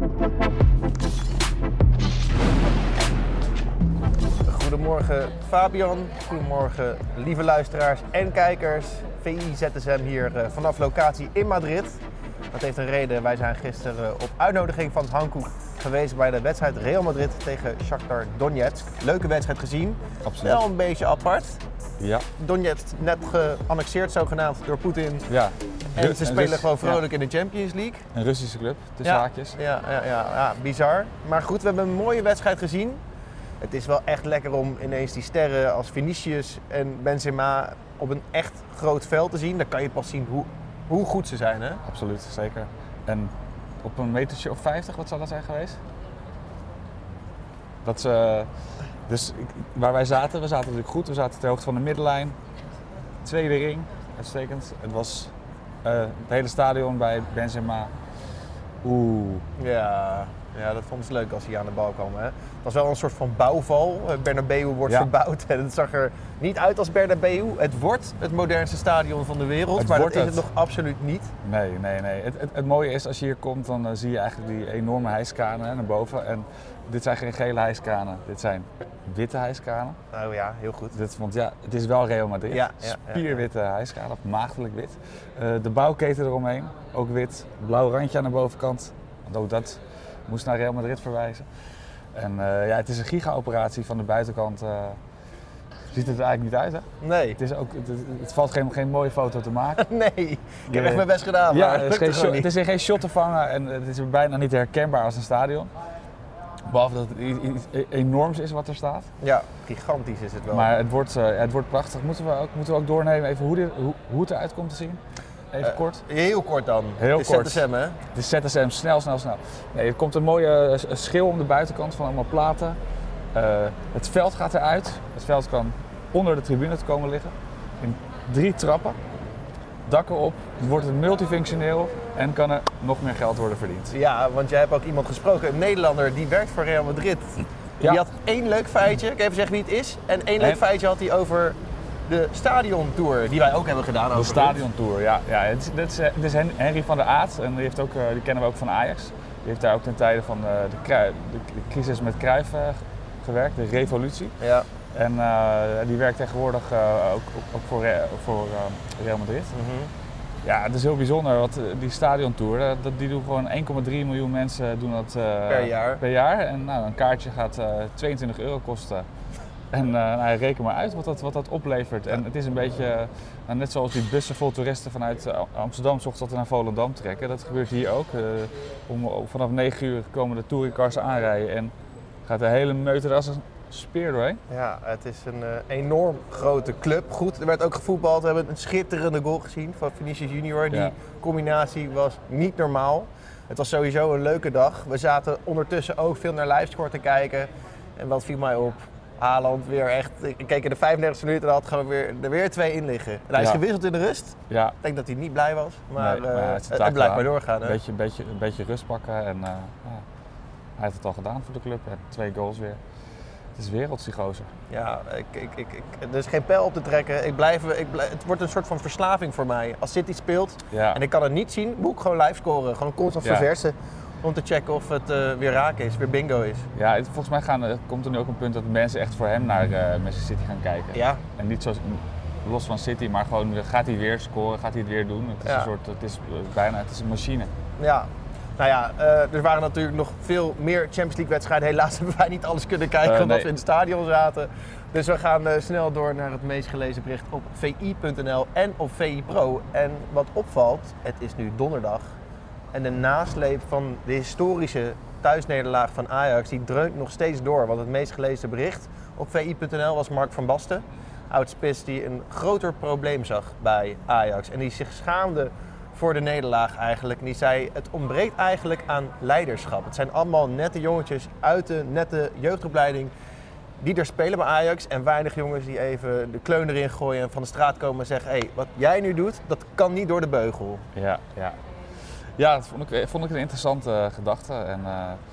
Goedemorgen Fabian, goedemorgen lieve luisteraars en kijkers. VI ZSM hier vanaf locatie in Madrid. Dat heeft een reden, wij zijn gisteren op uitnodiging van Hankook geweest bij de wedstrijd Real Madrid tegen Shakhtar Donetsk. Leuke wedstrijd gezien, Absoluut. Wel een beetje apart. Ja. Donetsk net geannexeerd zogenaamd door Poetin. Ja. En ze spelen gewoon vrolijk in de Champions League. Een Russische club, tussen haakjes. Ja, bizar. Maar goed, we hebben een mooie wedstrijd gezien. Het is wel echt lekker om ineens die sterren als Vinicius en Benzema op een echt groot veld te zien. Dan kan je pas zien hoe goed ze zijn, hè? Absoluut, zeker. En op een metertje of 50, wat zou dat zijn geweest? Dus waar wij zaten, we zaten natuurlijk goed. We zaten ter hoogte van de middenlijn. Tweede ring, uitstekend. Het was het hele stadion bij Benzema. Ja, dat vonden ze leuk als hij aan de bal kwam. Hè? Het was wel een soort van bouwval. Bernabeu wordt verbouwd en het zag er niet uit als Bernabeu. Het wordt het modernste stadion van de wereld, maar dat is het nog absoluut niet. Nee. Het mooie is, als je hier komt, dan zie je eigenlijk die enorme hijskanen naar boven. En dit zijn geen gele hijskanen, dit zijn witte hijskanen. Oh ja, heel goed. Want ja, het is wel Real Madrid. Spierwitte hijskanen, of maagdelijk wit. De bouwketen eromheen, ook wit. Blauw randje aan de bovenkant, want ook dat moest naar Real Madrid verwijzen. En het is een giga-operatie van de buitenkant. Ziet het er eigenlijk niet uit, hè? Nee. Het valt geen mooie foto te maken. Nee, ik heb echt mijn best gedaan, ja, maar het is geen shot te vangen en het is bijna niet herkenbaar als een stadion. Behalve dat het iets enorms is wat er staat. Ja, gigantisch is het wel. Maar het wordt prachtig. Moeten we ook doornemen even hoe het eruit komt te zien? Even kort. Heel kort dan. Heel het is kort. ZSM, hè? Het is ZSM, snel. Nee, er komt een mooie schil om de buitenkant van allemaal platen. Het veld gaat eruit. Het veld kan onder de tribune te komen liggen. In 3 trappen. Dakken op. Het wordt multifunctioneel en kan er nog meer geld worden verdiend. Ja, want jij hebt ook iemand gesproken, een Nederlander die werkt voor Real Madrid. Ja. Die had 1 leuk feitje, ik even zeggen wie het is. En 1 leuk feitje had hij over de stadiontour, die wij ook hebben gedaan. De stadiontour, ja. Dit is Henry van der Aat en die kennen we ook van Ajax. Die heeft daar ook ten tijde van de crisis met Cruijff gewerkt, de revolutie. Ja. En die werkt tegenwoordig ook voor Real Madrid. Mm-hmm. Ja, het is heel bijzonder, want die stadiontour, die doen gewoon 1,3 miljoen mensen doen dat per jaar. En een kaartje gaat €22 kosten. En reken maar uit wat dat oplevert. En het is een beetje, net zoals die bussen vol toeristen vanuit Amsterdam 's ochtends naar Volendam trekken. Dat gebeurt hier ook. Vanaf 9 uur komen de touringcars aanrijden en gaat de hele meute er als een speer doorheen. Ja, het is een enorm grote club. Goed, er werd ook gevoetbald. We hebben een schitterende goal gezien van Vinicius Junior. Die combinatie was niet normaal. Het was sowieso een leuke dag. We zaten ondertussen ook veel naar livescore te kijken. En wat viel mij op? Haaland weer echt, ik keek in de 35e minuut en had gewoon er weer 2 in liggen. En hij is gewisseld in de rust. Ja. Ik denk dat hij niet blij was, maar, het blijft maar doorgaan. Een beetje rust pakken en hij heeft het al gedaan voor de club en 2 goals weer. Het is wereldpsychose. Ja, er is geen pijl op te trekken. Het wordt een soort van verslaving voor mij. Als City speelt en ik kan het niet zien, moet ik gewoon live scoren. Gewoon constant verversen. Om te checken of het weer raak is, weer bingo is. Ja, volgens mij komt er nu ook een punt dat mensen echt voor hem naar Manchester City gaan kijken. Ja. En niet zoals los van City, maar gewoon gaat hij weer scoren, gaat hij het weer doen. Het is een machine. Ja. Nou ja, er waren natuurlijk nog veel meer Champions League wedstrijden. Helaas hebben wij niet alles kunnen kijken omdat we in het stadion zaten. Dus we gaan snel door naar het meest gelezen bericht op vi.nl en op VI Pro. En wat opvalt, het is nu donderdag. En de nasleep van de historische thuisnederlaag van Ajax, die dreunt nog steeds door. Want het meest gelezen bericht op vi.nl was Mark van Basten, oud-spits, die een groter probleem zag bij Ajax. En die zich schaamde voor de nederlaag eigenlijk. En die zei, het ontbreekt eigenlijk aan leiderschap. Het zijn allemaal nette jongetjes uit de nette jeugdopleiding die er spelen bij Ajax. En weinig jongens die even de kleun erin gooien en van de straat komen en zeggen, hey, wat jij nu doet, dat kan niet door de beugel. Ja, dat vond ik een interessante gedachte. En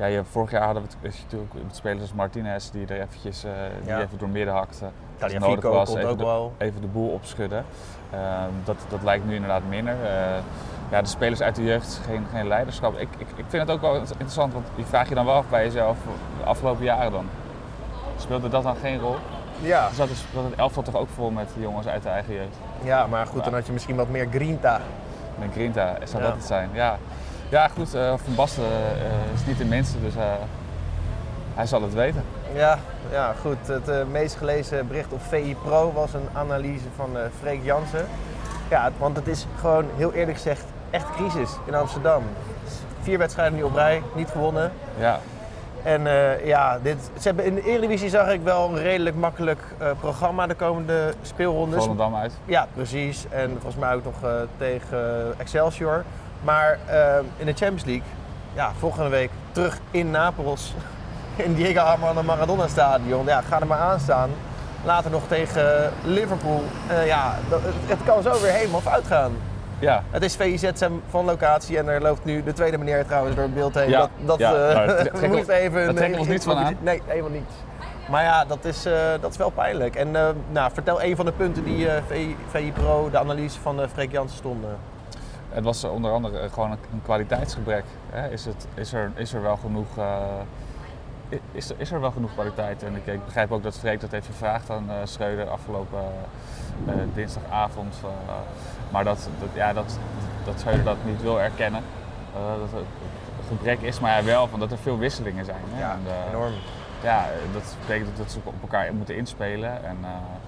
vorig jaar hadden we natuurlijk met spelers als Martinez die er eventjes die even door midden hakte. Als het nodig was, even de boel opschudden. Dat lijkt nu inderdaad minder. De spelers uit de jeugd, geen leiderschap. Ik vind het ook wel interessant, want je vraagt je dan wel af bij jezelf, de afgelopen jaren dan. Speelde dat dan geen rol? Ja. Dus dat het elftal toch ook vol met jongens uit de eigen jeugd? Ja, maar goed, dan had je misschien wat meer grinta. Met grinta, zou dat het zijn? Ja, goed, Van Basten is niet de minste, dus hij zal het weten. Ja, goed. Het meest gelezen bericht op VI Pro was een analyse van Freek Jansen. Ja, want het is gewoon, heel eerlijk gezegd, echt crisis in Amsterdam. 4 wedstrijden nu op rij, niet gewonnen. Ja. En ze hebben in de Eredivisie zag ik wel een redelijk makkelijk programma de komende speelrondes. Volendam uit. Ja, precies. En volgens mij ook nog tegen Excelsior. Maar in de Champions League, volgende week terug in Napels. In Diego Armando Maradona stadion. Ja, ga er maar aan staan. Later nog tegen Liverpool. Het kan zo weer helemaal fout gaan. Ja. Het is VIZSM van locatie en er loopt nu de tweede meneer trouwens door het beeld heen. Ja. Dat moest even. Dat trekken we ons niet van aan. Nee, helemaal niet. Maar ja, dat is wel pijnlijk. En vertel een van de punten die VI Pro, de analyse van Freek Jansen stonden. Het was onder andere gewoon een kwaliteitsgebrek. Hè? Is er wel genoeg... Is er wel genoeg kwaliteit? En ik begrijp ook dat Freek dat heeft gevraagd aan Schreuder afgelopen dinsdagavond. Maar dat Schreuder dat niet wil erkennen. Dat het een gebrek is, maar wel van dat er veel wisselingen zijn. Hè? Ja, enorm. Ja, dat betekent dat ze op elkaar moeten inspelen. En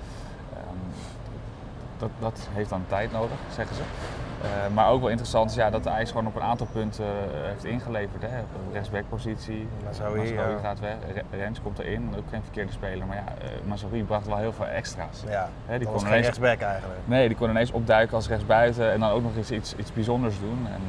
dat heeft dan tijd nodig, zeggen ze. Maar ook wel interessant is dat de Ajax gewoon op een aantal punten heeft ingeleverd. Hè. Rechtsbackpositie, Mazraoui gaat weg, Rens komt erin, ook geen verkeerde speler. Maar Mazraoui bracht wel heel veel extra's. Ja, die kon geen rechtsback eigenlijk. Nee, die kon ineens opduiken als rechtsbuiten en dan ook nog eens iets bijzonders doen. En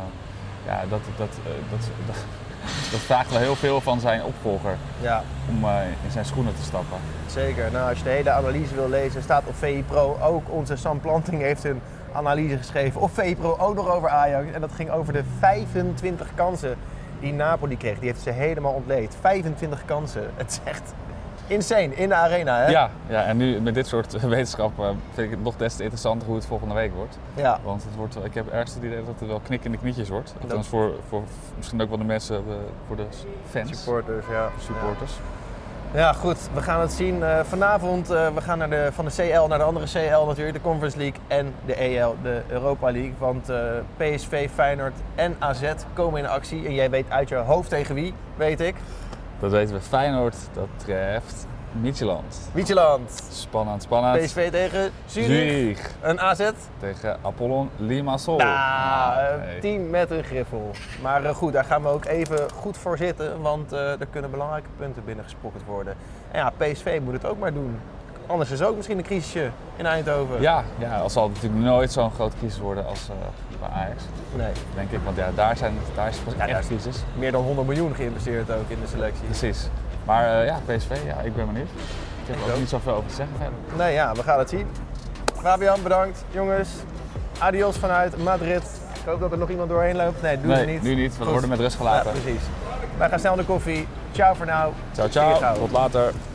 dat vraagt wel heel veel van zijn opvolger om in zijn schoenen te stappen. Zeker. Nou, als je de hele analyse wil lezen, staat op VI Pro. Ook onze Sam Planting heeft een analyse geschreven op VI Pro, ook nog over Ajax. En dat ging over de 25 kansen die Napoli kreeg. Die heeft ze helemaal ontleed. 25 kansen. Het is echt insane in de arena, hè? Ja, en nu met dit soort wetenschap vind ik het nog des te interessanter hoe het volgende week wordt. Ja. Want ik heb ergens het idee dat het wel knik in de knietjes wordt. Althans voor misschien ook wel de mensen, voor de fans. Supporters. Ja, goed. We gaan het zien. Vanavond, we gaan van de CL naar de andere CL natuurlijk. De Conference League en de EL, de Europa League. Want PSV, Feyenoord en AZ komen in actie. En jij weet uit je hoofd tegen wie, weet ik. Dat weten we. Feyenoord, dat treft Midtjylland. Spannend. PSV tegen Zurich. Een AZ tegen Apollon Limassol. Een team met een griffel. Maar goed, daar gaan we ook even goed voor zitten. Want er kunnen belangrijke punten binnengesprokkeld worden. En ja, PSV moet het ook maar doen. Anders is ook misschien een crisisje in Eindhoven. Ja, al zal het natuurlijk nooit zo'n grote crisis worden als bij Ajax. Nee. Denk ik, want daar is pas echt crisis. Meer dan 100 miljoen geïnvesteerd ook in de selectie. Precies. Maar PSV, ik ben benieuwd. Ik heb er ook niet zoveel over te zeggen verder. Nee, we gaan het zien. Fabian, bedankt. Jongens, adios vanuit Madrid. Ik hoop dat er nog iemand doorheen loopt. Nee, doen ze niet. Nu niet. We worden met rust gelaten. Ja, precies. Wij gaan snel naar de koffie. Ciao voor nu. Ciao. Tot later.